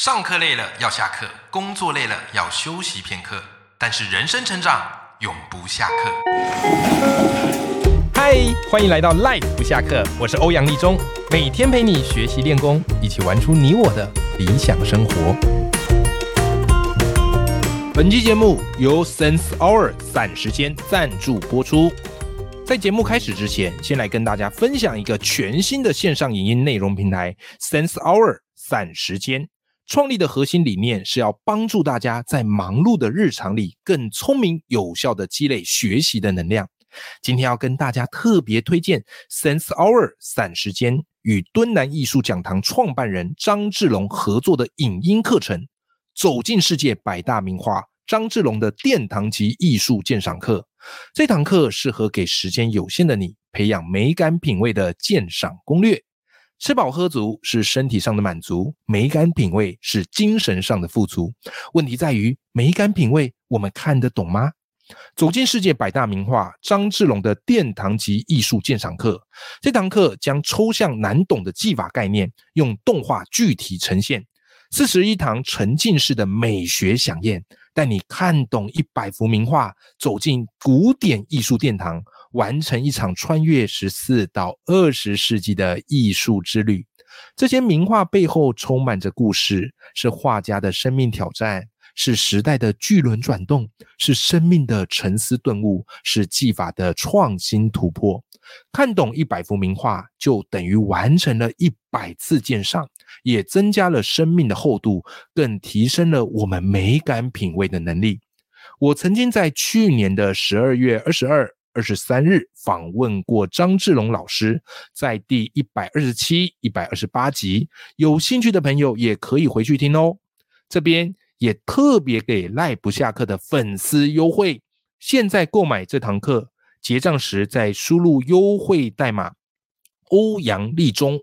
上课累了要下课，工作累了要休息片刻，但是人生成长永不下课。嗨，欢迎来到 Life 不下课，我是欧阳立中，每天陪你学习练功，一起玩出你我的理想生活。本期节目由 Sense Hour 散时间赞助播出。在节目开始之前，先来跟大家分享一个全新的线上影音内容平台 Sense Hour 散时间。创立的核心理念是要帮助大家在忙碌的日常里更聪明有效的积累学习的能量。今天要跟大家特别推荐 Sense Hour 散时间与敦南艺术讲堂创办人张志龙合作的影音课程，走进世界百大名画张志龙的殿堂级艺术鉴赏课。这堂课适合给时间有限的你培养美感品味的鉴赏攻略。吃饱喝足是身体上的满足，美感品味是精神上的富足。问题在于美感品味我们看得懂吗？走进世界百大名画张志龙的殿堂级艺术鉴赏课，这堂课将抽象难懂的技法概念用动画具体呈现，41堂沉浸式的美学飨宴，带你看懂100幅名画，走进古典艺术殿堂，完成一场穿越14到20世纪的艺术之旅。这些名画背后充满着故事，是画家的生命挑战，是时代的巨轮转动，是生命的沉思顿悟，是技法的创新突破。看懂100幅名画，就等于完成了100次鉴赏，也增加了生命的厚度，更提升了我们美感品味的能力。我曾经在去年的12月22、23日访问过张志龙老师，在第127、128集，有兴趣的朋友也可以回去听哦。这边也特别给赖不下课的粉丝优惠，现在购买这堂课，结账时再输入优惠代码欧阳立中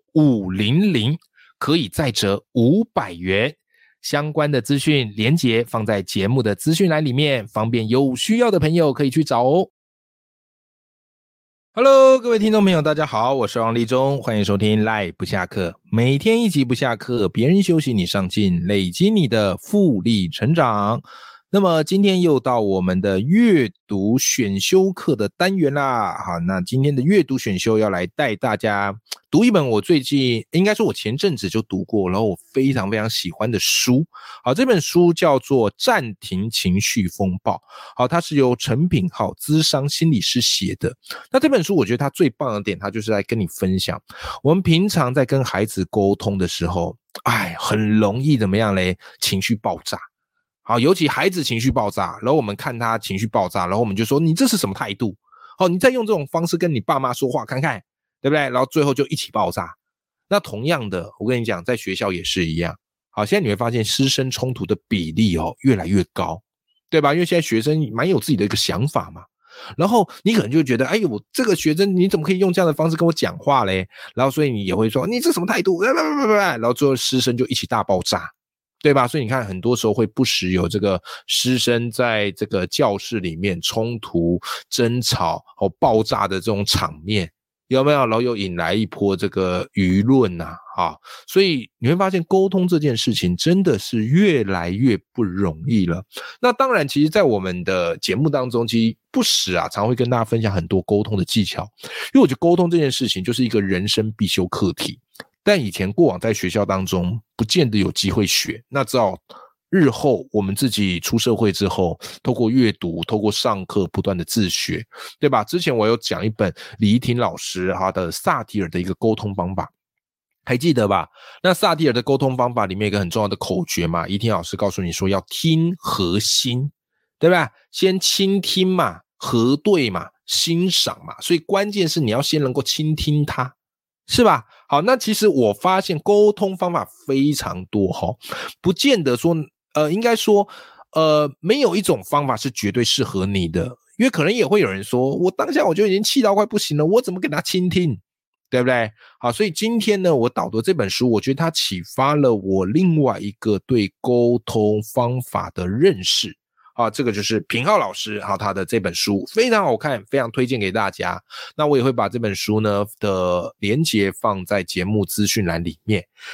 500，可以再折500元。相关的资讯连结放在节目的资讯栏里面，方便有需要的朋友可以去找哦。Hello， 各位听众朋友，大家好，我是欧阳立中，欢迎收听 Live 不下课，每天一集不下课，别人休息你上进，累积你的复利成长。那么今天又到我们的阅读选修课的单元啦。好，那今天的阅读选修要来带大家读一本我最近应该说我前阵子就读过，然后我非常非常喜欢的书。好，这本书叫做《暂停情绪风暴》。好，它是由陈品皓諮商心理师写的。那这本书我觉得它最棒的点，它就是来跟你分享我们平常在跟孩子沟通的时候，很容易怎么样嘞？情绪爆炸。好，尤其孩子情绪爆炸，然后我们看他情绪爆炸，然后我们就说你这是什么态度？好，你再用这种方式跟你爸妈说话看看，对不对？然后最后就一起爆炸。那同样的，我跟你讲，在学校也是一样。好，现在你会发现师生冲突的比例越来越高，对吧？因为现在学生蛮有自己的一个想法嘛。然后你可能就觉得，我这个学生你怎么可以用这样的方式跟我讲话嘞？然后所以你也会说你这什么态度？然后最后师生就一起大爆炸。对吧？所以你看很多时候会不时有这个师生在这个教室里面冲突争吵爆炸的这种场面，有没有？然后又引来一波这个舆论啊。所以你会发现沟通这件事情真的是越来越不容易了。那当然其实在我们的节目当中，其实不时常会跟大家分享很多沟通的技巧，因为我觉得沟通这件事情就是一个人生必修课题，但以前过往在学校当中不见得有机会学，那只好日后我们自己出社会之后，透过阅读，透过上课不断的自学，对吧？之前我有讲一本李怡婷老师他的萨提尔的一个沟通方法，还记得吧？那萨提尔的沟通方法里面有一个很重要的口诀嘛，怡婷老师告诉你说要听核心，对吧？先倾听嘛，核对嘛，欣赏嘛，所以关键是你要先能够倾听他，是吧？好，那其实我发现沟通方法非常多不见得说应该说没有一种方法是绝对适合你的，因为可能也会有人说我当下我就已经气到快不行了，我怎么给他倾听，对不对？好，所以今天呢我导读这本书，我觉得它启发了我另外一个对沟通方法的认识。这个就是品皓老师他的这本书非常好看，非常推荐给大家。那我也会把这本书呢的连结放在节目资讯栏里面。好，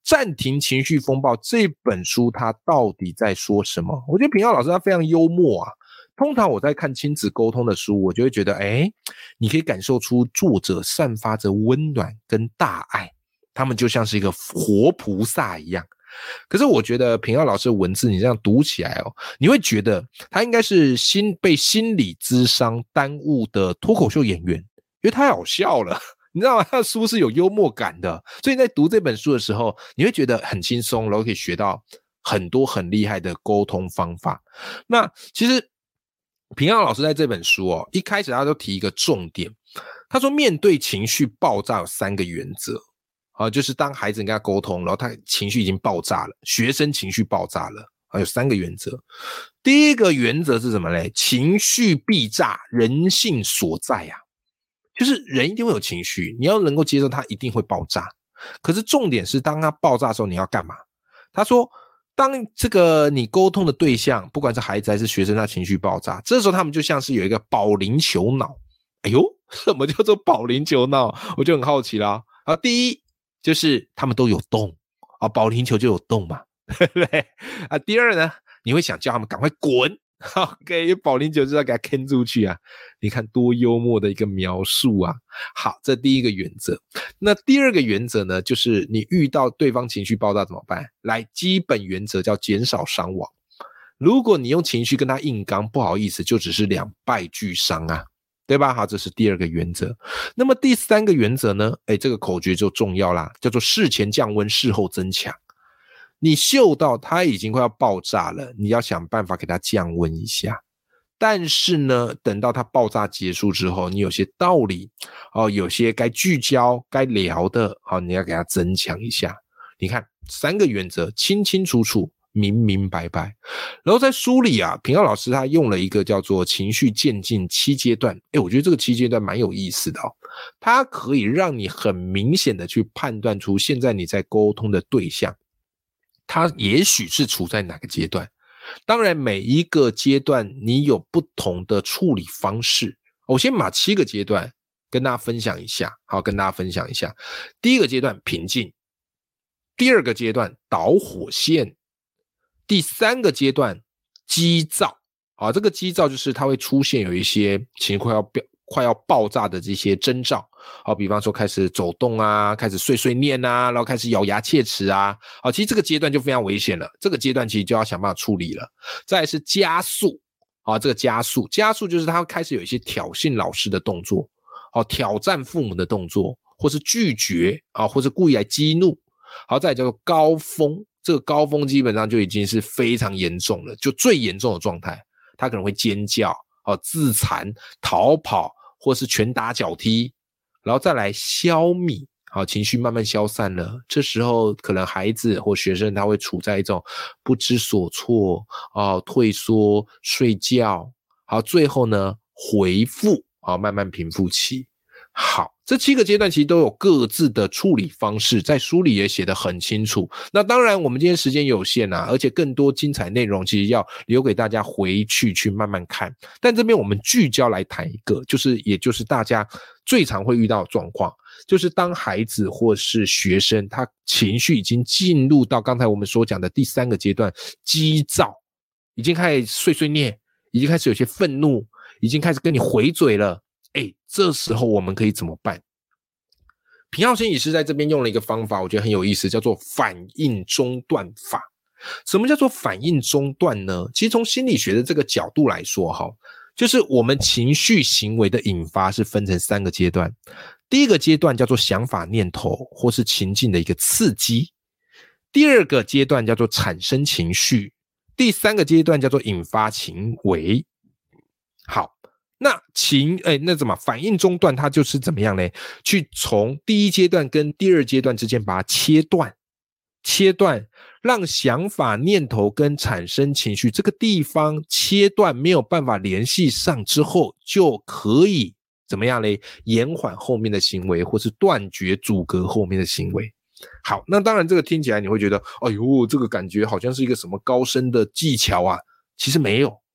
暂停情绪风暴这本书它到底在说什么？我觉得平浩老师他非常幽默啊。通常我在看亲子沟通的书，我就会觉得你可以感受出作者散发着温暖跟大爱，他们就像是一个活菩萨一样。可是我觉得平浩老师的文字你这样读起来你会觉得他应该是被心理咨商耽误的脱口秀演员，因为太好笑了，你知道吗？他的书是有幽默感的，所以在读这本书的时候你会觉得很轻松，然后可以学到很多很厉害的沟通方法。那其实平浩老师在这本书一开始他都提一个重点，他说面对情绪爆炸有3个原则就是当孩子跟他沟通，然后他情绪已经爆炸了，学生情绪爆炸了有3个原则。第一个原则是什么呢？情绪必炸，人性所在就是人一定会有情绪，你要能够接受他一定会爆炸。可是重点是当他爆炸的时候你要干嘛？他说当这个你沟通的对象不管是孩子还是学生他情绪爆炸，这时候他们就像是有一个保龄球脑。什么叫做保龄球脑？我就很好奇啦。第一就是他们都有动保龄球就有动嘛，对不对第二呢，你会想叫他们赶快滚OK， 保龄球就要给他牵出去你看多幽默的一个描述好，这第一个原则。那第二个原则呢，就是你遇到对方情绪爆炸怎么办？来，基本原则叫减少伤亡。如果你用情绪跟他硬刚，不好意思，就只是两败俱伤对吧？好，这是第二个原则。那么第3个原则呢？这个口诀就重要啦，叫做事前降温，事后增强。你嗅到他已经快要爆炸了，你要想办法给他降温一下。但是呢，等到他爆炸结束之后，你有些道理有些该聚焦该聊的你要给他增强一下。你看3个原则清清楚楚明明白白。然后在书里平浩老师他用了一个叫做情绪渐进7阶段。我觉得这个7阶段蛮有意思的它可以让你很明显的去判断出现在你在沟通的对象他也许是处在哪个阶段。当然每一个阶段你有不同的处理方式。我先把7个阶段跟大家分享一下。第一个阶段平静，第二个阶段导火线，第3个阶段激躁这个激躁就是它会出现有一些情绪快要爆炸的这些征兆比方说开始走动开始碎碎念然后开始咬牙切齿其实这个阶段就非常危险了，这个阶段其实就要想办法处理了。再来是加速这个加速就是他开始有一些挑衅老师的动作挑战父母的动作，或是拒绝或是故意来激怒。好，再来叫做高峰，这个高峰基本上就已经是非常严重了，就最严重的状态，他可能会尖叫自残、逃跑或是拳打脚踢。然后再来消弭情绪慢慢消散了，这时候可能孩子或学生他会处在一种不知所措退缩、睡觉。好，最后呢回复慢慢平复期。好，这7个阶段其实都有各自的处理方式，在书里也写得很清楚。那当然我们今天时间有限而且更多精彩内容其实要留给大家回去慢慢看。但这边我们聚焦来谈一个，也就是大家最常会遇到的状况，就是当孩子或是学生他情绪已经进入到刚才我们所讲的第3个阶段，激躁，已经开始碎碎念，已经开始有些愤怒，已经开始跟你回嘴了。这时候我们可以怎么办？平浩心理师在这边用了一个方法，我觉得很有意思，叫做反应中断法。什么叫做反应中断呢？其实从心理学的这个角度来说就是我们情绪行为的引发是分成3个阶段。第一个阶段叫做想法念头或是情境的一个刺激，第二个阶段叫做产生情绪，第3个阶段叫做引发行为。好，那怎么反应中断它就是怎么样呢？去从第一阶段跟第二阶段之间把它切断，让想法念头跟产生情绪这个地方切断，没有办法联系上之后，就可以怎么样呢？延缓后面的行为，或是断绝阻隔后面的行为。好，那当然这个听起来你会觉得这个感觉好像是一个什么高深的技巧其实没有。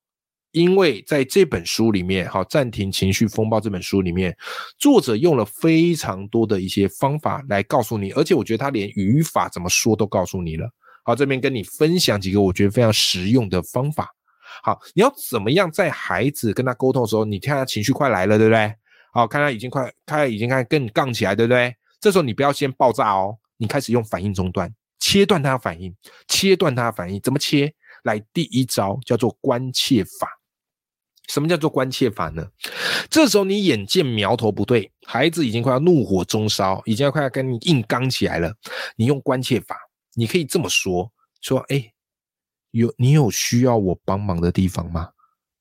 因为在这本书里面，好，暂停情绪风暴这本书里面，作者用了非常多的一些方法来告诉你，而且我觉得他连语法怎么说都告诉你了。好，这边跟你分享几个我觉得非常实用的方法。好，你要怎么样在孩子跟他沟通的时候，你看他情绪快来了，对不对？好，看他已经更杠起来，对不对？这时候你不要先爆炸哦，你开始用反应中断，切断他的反应，怎么切？来，第一招叫做关切法。什么叫做关切法呢？这时候你眼见苗头不对，孩子已经快要怒火中烧，已经快要跟你硬刚起来了，你用关切法，你可以这么说，你有需要我帮忙的地方吗？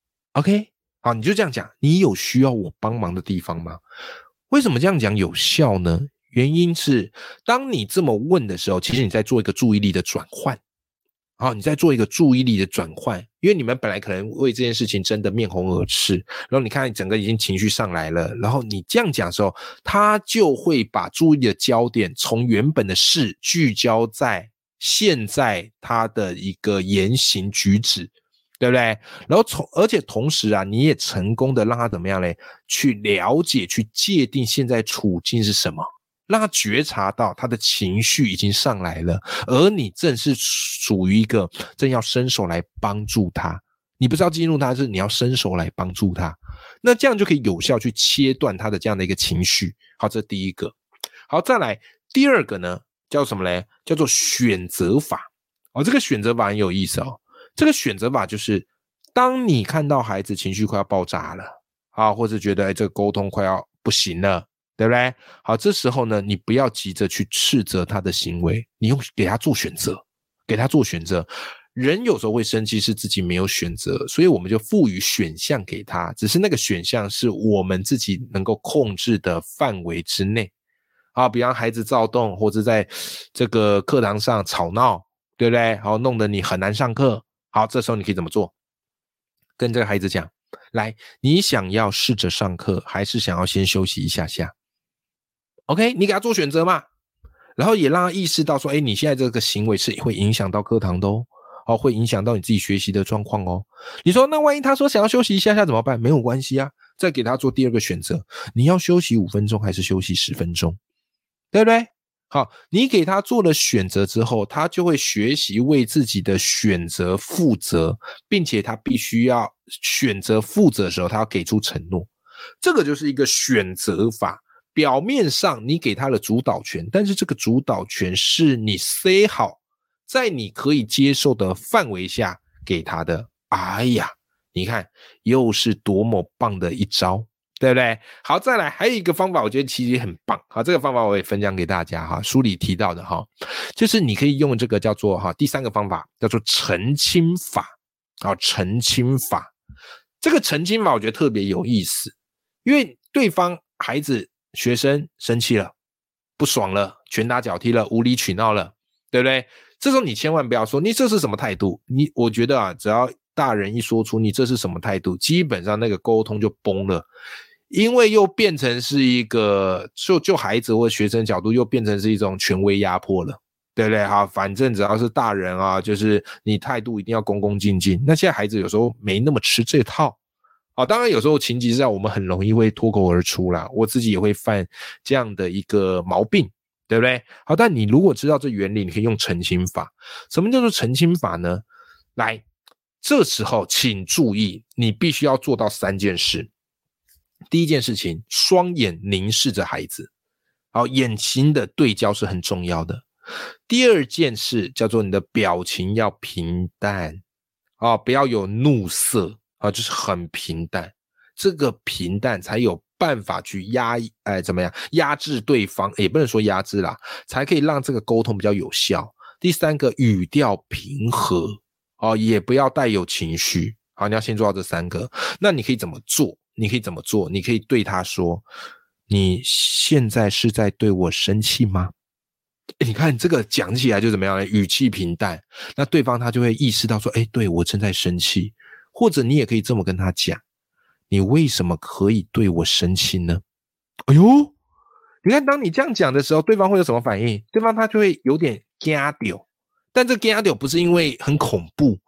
OK， 好，你就这样讲，你有需要我帮忙的地方吗？为什么这样讲有效呢？原因是当你这么问的时候，其实你在做一个注意力的转换。好，你在做一个注意力的转换，因为你们本来可能为这件事情真的面红耳赤，然后你看整个已经情绪上来了，然后你这样讲的时候，他就会把注意力的焦点从原本的事聚焦在现在他的一个言行举止，对不对？然后而且同时啊，你也成功的让他怎么样嘞？去了解、去界定现在处境是什么。让他觉察到他的情绪已经上来了，而你正是属于一个正要伸手来帮助他，你不是要激怒他，是你要伸手来帮助他，那这样就可以有效去切断他的这样的一个情绪。好，这第一个。好，再来第二个呢，叫什么嘞？叫做选择法。这个选择法很有意思哦。这个选择法就是当你看到孩子情绪快要爆炸了，或者觉得这个沟通快要不行了，对不对？好，这时候呢，你不要急着去斥责他的行为，你给他做选择，人有时候会生气是自己没有选择，所以我们就赋予选项给他，只是那个选项是我们自己能够控制的范围之内。好，比方孩子躁动，或者在这个课堂上吵闹，对不对？好，弄得你很难上课。好，这时候你可以怎么做？跟这个孩子讲，来，你想要试着上课，还是想要先休息一下下？OK， 你给他做选择嘛，然后也让他意识到说，你现在这个行为是会影响到课堂的哦，会影响到你自己学习的状况哦。你说那万一他说想要休息一下下怎么办？没有关系啊，再给他做第二个选择，你要休息5分钟还是休息10分钟，对不对？好，你给他做了选择之后，他就会学习为自己的选择负责，并且他必须要选择负责的时候，他要给出承诺。这个就是一个选择法。表面上你给他的主导权，但是这个主导权是你 say 好，在你可以接受的范围下给他的。哎呀，你看又是多么棒的一招，对不对？好，再来还有一个方法，我觉得其实很棒。好，这个方法我也分享给大家哈，书里提到的哈，就是你可以用这个叫做第三个方法叫做澄清法。好，澄清法，这个澄清法我觉得特别有意思，因为对方孩子学生生气了，不爽了，拳打脚踢了，无理取闹了，对不对？这时候你千万不要说你这是什么态度，我觉得只要大人一说出你这是什么态度，基本上那个沟通就崩了，因为又变成是一个就孩子或学生角度又变成是一种权威压迫了，对不对？好，反正只要是大人就是你态度一定要恭恭敬敬。那现在孩子有时候没那么吃这套。当然有时候情急之下我们很容易会脱口而出啦，我自己也会犯这样的一个毛病，对不对？好，但你如果知道这原理，你可以用澄清法。什么叫做澄清法呢？来，这时候请注意，你必须要做到3件事。第一件事情，双眼凝视着孩子，好，眼睛的对焦是很重要的。第二件事叫做你的表情要平淡，不要有怒色，就是很平淡，这个平淡才有办法去压制对方，也不能说压制啦，才可以让这个沟通比较有效。第三个，语调平和，也不要带有情绪。好，你要先做到这3个。那你可以怎么做？你可以对他说，你现在是在对我生气吗？你看这个讲起来就怎么样呢？语气平淡，那对方他就会意识到说，对，我正在生气。或者你也可以这么跟他讲，你为什么可以对我生气呢？哎呦，你看当你这样讲的时候，对方会有什么反应？对方他就会有点惊到，但这惊到不是因为很恐怖，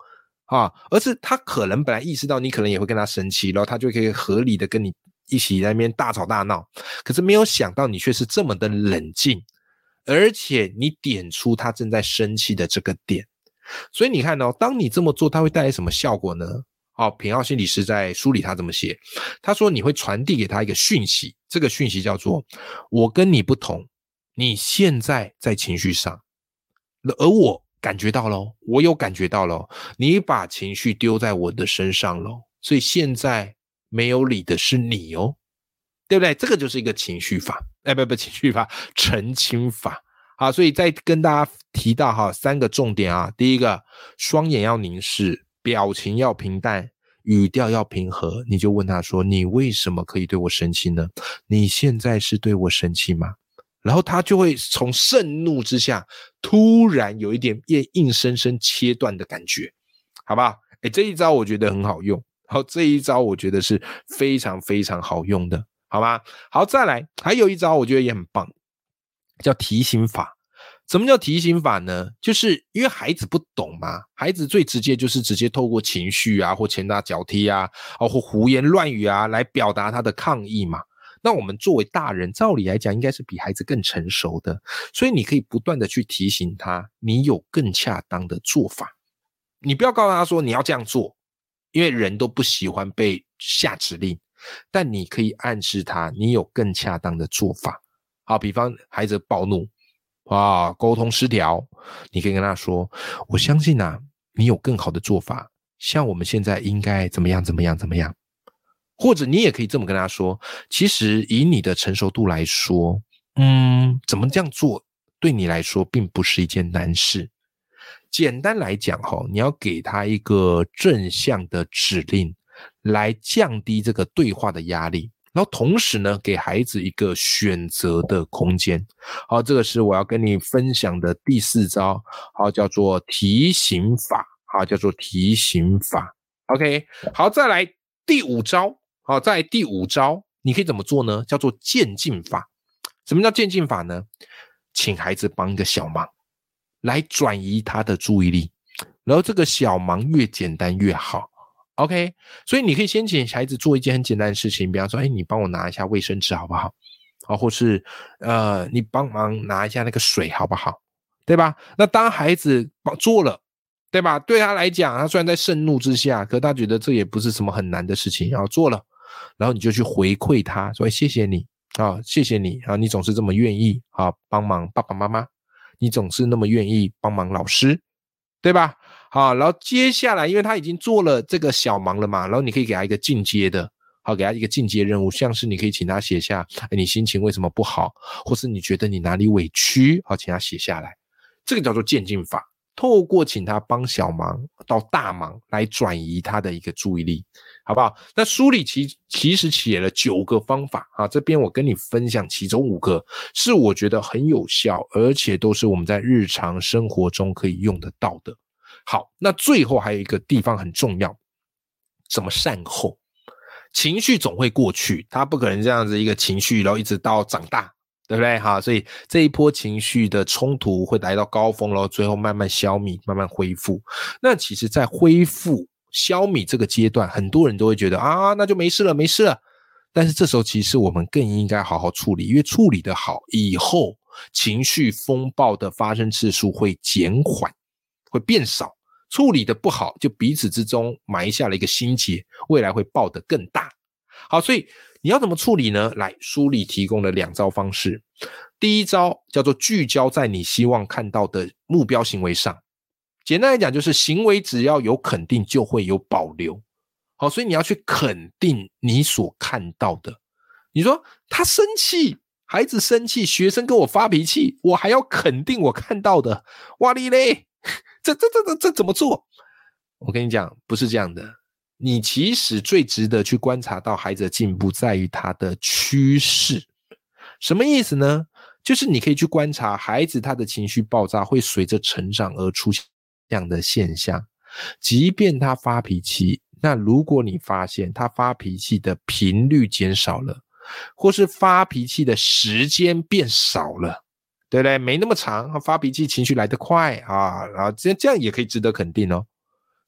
而是他可能本来意识到你可能也会跟他生气，然后他就可以合理的跟你一起在那边大吵大闹，可是没有想到你却是这么的冷静，而且你点出他正在生气的这个点。所以你看当你这么做，他会带来什么效果呢？品浩心理师在书里他这么写，他说你会传递给他一个讯息，这个讯息叫做我跟你不同，你现在在情绪上，而我感觉到咯，我有感觉到咯，你把情绪丢在我的身上咯，所以现在没有理的是你哦，对不对？这个就是一个情绪法，不情绪法，澄清法。好，所以再跟大家提到3个重点啊。第一个，双眼要凝视，表情要平淡，语调要平和。你就问他说，你为什么可以对我生气呢？你现在是对我生气吗？然后他就会从盛怒之下突然有一点硬生生切断的感觉，好不好？这一招我觉得很好用，这一招我觉得是非常非常好用的，好吗？好，再来还有一招我觉得也很棒，叫提醒法。什么叫提醒法呢？就是因为孩子不懂嘛，孩子最直接就是直接透过情绪啊，或拳打脚踢啊，或胡言乱语啊来表达他的抗议嘛。那我们作为大人，照理来讲应该是比孩子更成熟的，所以你可以不断的去提醒他，你有更恰当的做法。你不要告诉他说你要这样做，因为人都不喜欢被下指令，但你可以暗示他你有更恰当的做法。好，比方孩子暴怒沟通失调，你可以跟他说，我相信你有更好的做法，像我们现在应该怎么样怎么样怎么样。或者你也可以这么跟他说，其实以你的成熟度来说，怎么这样做对你来说并不是一件难事。简单来讲你要给他一个正向的指令，来降低这个对话的压力，然后同时呢给孩子一个选择的空间。好，这个是我要跟你分享的第4招，叫做提醒法。叫做提醒法。 OK， 好，再来第5招。在第5招你可以怎么做呢？叫做渐进法。什么叫渐进法呢？请孩子帮一个小忙，来转移他的注意力，然后这个小忙越简单越好。 OK， 所以你可以先请孩子做一件很简单的事情，比方说你帮我拿一下卫生纸好不好？或是你帮忙拿一下那个水好不好？对吧？那当孩子做了，对吧？对他来讲，他虽然在盛怒之下，可他觉得这也不是什么很难的事情，然后做了，然后你就去回馈他说，谢谢你谢谢你你总是这么愿意帮忙爸爸妈妈，你总是那么愿意帮忙老师，对吧？好，然后接下来因为他已经做了这个小忙了嘛，然后你可以给他一个进阶的，给他一个进阶任务，像是你可以请他写下你心情为什么不好，或是你觉得你哪里委屈，请他写下来。这个叫做渐进法，透过请他帮小忙到大忙来转移他的一个注意力，好不好？那书里其实写了9个方法这边我跟你分享其中5个是我觉得很有效，而且都是我们在日常生活中可以用得到的。好，那最后还有一个地方很重要，怎么善后。情绪总会过去，他不可能这样子一个情绪然后一直到长大，对不对？所以这一波情绪的冲突会来到高峰，然后最后慢慢消弭，慢慢恢复。那其实在恢复消弭这个阶段，很多人都会觉得那就没事了没事了，但是这时候其实我们更应该好好处理，因为处理得好以后，情绪风暴的发生次数会减缓，会变少。处理的不好，就彼此之中埋下了一个心结，未来会爆得更大。好，所以你要怎么处理呢？来，书里提供了2招方式。第一招叫做聚焦在你希望看到的目标行为上。简单来讲，就是行为只要有肯定就会有保留。好，所以你要去肯定你所看到的。你说他生气，孩子生气，学生跟我发脾气，我还要肯定我看到的，哇哩嘞，这怎么做？我跟你讲，不是这样的。你其实最值得去观察到孩子的进步在于他的趋势。什么意思呢？就是你可以去观察孩子他的情绪爆炸会随着成长而出现这样的现象。即便他发脾气，那如果你发现他发脾气的频率减少了，或是发脾气的时间变少了，对不对？没那么长，发脾气情绪来得快然后这样也可以值得肯定哦。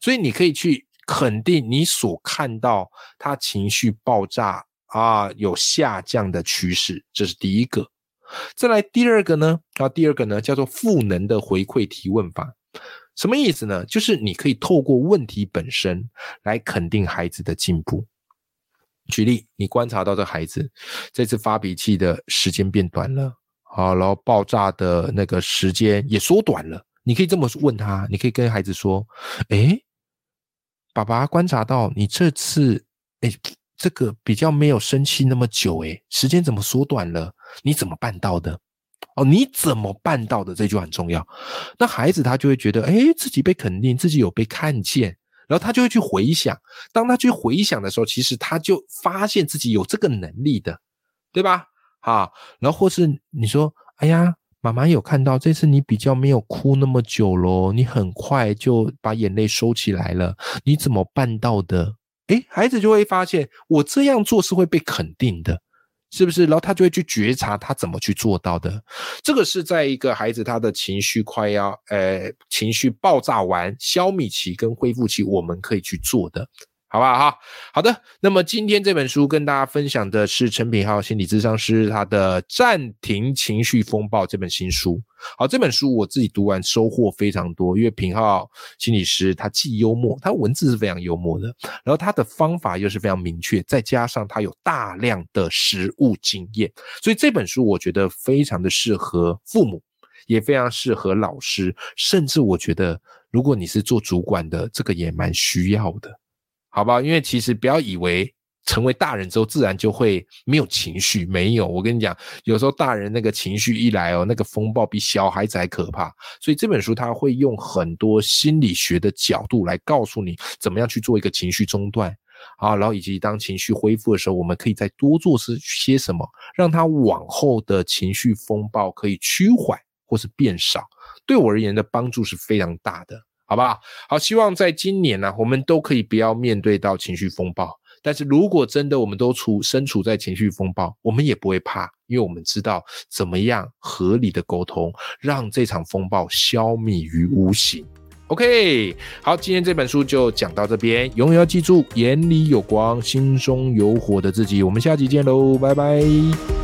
所以你可以去肯定你所看到他情绪爆炸有下降的趋势，这是第一个。再来第二个呢叫做赋能的回馈提问法。什么意思呢？就是你可以透过问题本身来肯定孩子的进步。举例，你观察到这孩子这次发脾气的时间变短了，然后爆炸的那个时间也缩短了，你可以这么问他，你可以跟孩子说，爸爸观察到你这次这个比较没有生气那么久，时间怎么缩短了？你怎么办到的？你怎么办到的？这句很重要。那孩子他就会觉得自己被肯定，自己有被看见，然后他就会去回想。当他去回想的时候，其实他就发现自己有这个能力的，对吧？然后或是你说，哎呀，妈妈有看到这次你比较没有哭那么久咯，你很快就把眼泪收起来了，你怎么办到的？孩子就会发现我这样做是会被肯定的，是不是？然后他就会去觉察他怎么去做到的。这个是在一个孩子他的情绪快要情绪爆炸完消弭期跟恢复期我们可以去做的，好不好？好的，那么今天这本书跟大家分享的是陈品皓心理咨商师他的暂停情绪风暴这本新书。好，这本书我自己读完收获非常多，因为品皓心理师他既幽默，他文字是非常幽默的，然后他的方法又是非常明确，再加上他有大量的实务经验，所以这本书我觉得非常的适合父母，也非常适合老师，甚至我觉得如果你是做主管的，这个也蛮需要的，好不好？因为其实不要以为成为大人之后自然就会没有情绪，没有，我跟你讲，有时候大人那个情绪一来那个风暴比小孩子还可怕。所以这本书它会用很多心理学的角度来告诉你怎么样去做一个情绪中断然后以及当情绪恢复的时候，我们可以再多做些什么，让它往后的情绪风暴可以趋缓或是变少，对我而言的帮助是非常大的，好不好？好，希望在今年我们都可以不要面对到情绪风暴，但是如果真的我们都身处在情绪风暴，我们也不会怕，因为我们知道怎么样合理的沟通，让这场风暴消弭于无形。OK， 好，今天这本书就讲到这边，永远要记住，眼里有光，心中有火的自己。我们下集见喽，拜拜。